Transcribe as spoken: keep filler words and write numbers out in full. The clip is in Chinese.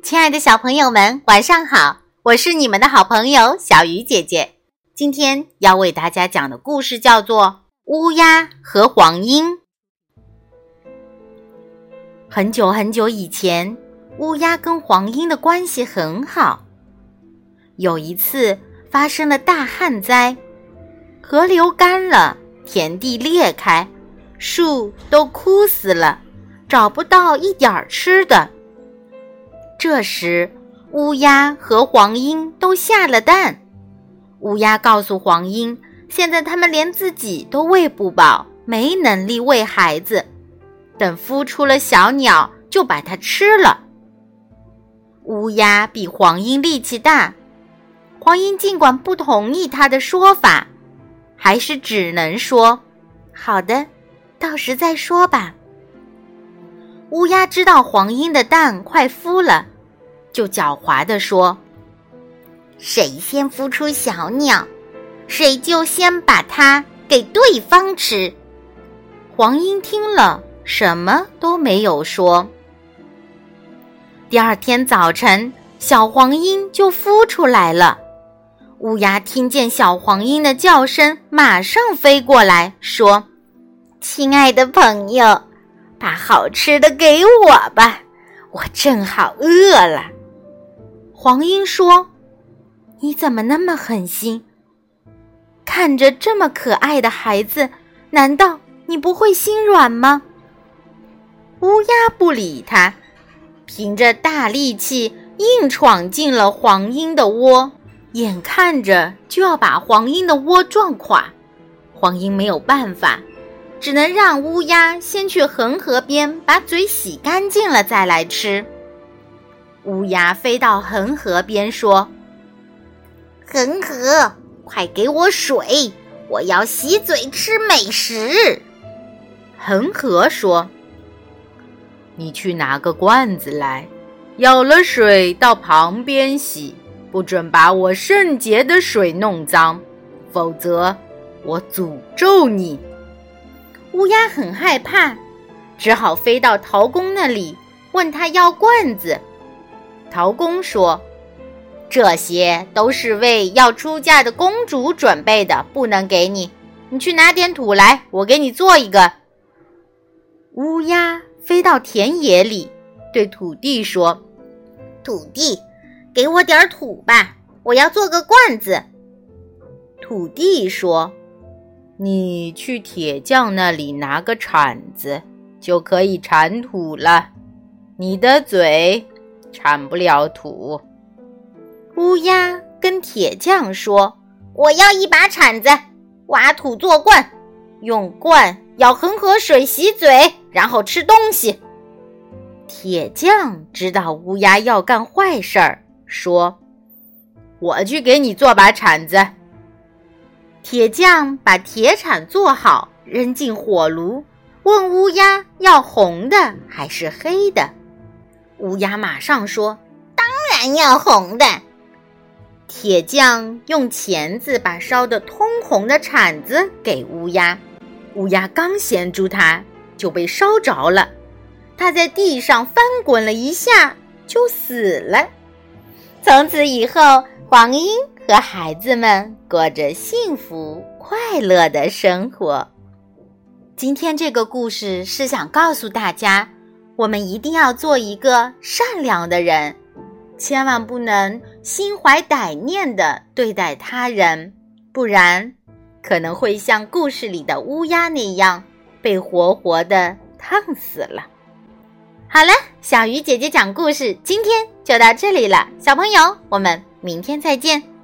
亲爱的小朋友们，晚上好，我是你们的好朋友小鱼姐姐。今天要为大家讲的故事叫做《乌鸦和黄莺》。很久很久以前，乌鸦跟黄莺的关系很好。有一次发生了大旱灾，河流干了，田地裂开，树都枯死了，找不到一点吃的。这时，乌鸦和黄莺都下了蛋。乌鸦告诉黄莺，现在它们连自己都喂不饱，没能力喂孩子，等孵出了小鸟就把它吃了。乌鸦比黄莺力气大，黄莺尽管不同意它的说法，还是只能说，好的，到时再说吧。乌鸦知道黄莺的蛋快孵了，就狡猾地说，谁先孵出小鸟，谁就先把它给对方吃。黄莺听了，什么都没有说。第二天早晨，小黄莺就孵出来了。乌鸦听见小黄莺的叫声，马上飞过来说，亲爱的朋友，把好吃的给我吧，我正好饿了。黄莺说，你怎么那么狠心？看着这么可爱的孩子，难道你不会心软吗？乌鸦不理他，凭着大力气硬闯进了黄莺的窝，眼看着就要把黄莺的窝撞垮。黄莺没有办法，只能让乌鸦先去恒河边把嘴洗干净了再来吃。乌鸦飞到恒河边说，恒河，快给我水，我要洗嘴吃美食。恒河说，你去拿个罐子来，舀了水到旁边洗，不准把我圣洁的水弄脏，否则我诅咒你。乌鸦很害怕，只好飞到陶公那里，问他要罐子。陶公说，这些都是为要出嫁的公主准备的，不能给你，你去拿点土来，我给你做一个。乌鸦飞到田野里，对土地说，土地，给我点土吧，我要做个罐子。土地说，你去铁匠那里拿个铲子，就可以铲土了，你的嘴铲不了土。乌鸦跟铁匠说，我要一把铲子，挖土做罐，用罐舀恒河水洗嘴，然后吃东西。铁匠知道乌鸦要干坏事儿，说，我去给你做把铲子。铁匠把铁铲做好，扔进火炉，问乌鸦要红的还是黑的。乌鸦马上说，当然要红的。铁匠用钳子把烧得通红的铲子给乌鸦，乌鸦刚衔住它，就被烧着了。它在地上翻滚了一下，就死了。从此以后，黄莺和孩子们过着幸福快乐的生活。今天这个故事是想告诉大家，我们一定要做一个善良的人，千万不能心怀歹念地对待他人，不然可能会像故事里的乌鸦那样被活活地烫死了。好了，小鱼姐姐讲故事今天就到这里了，小朋友，我们明天再见。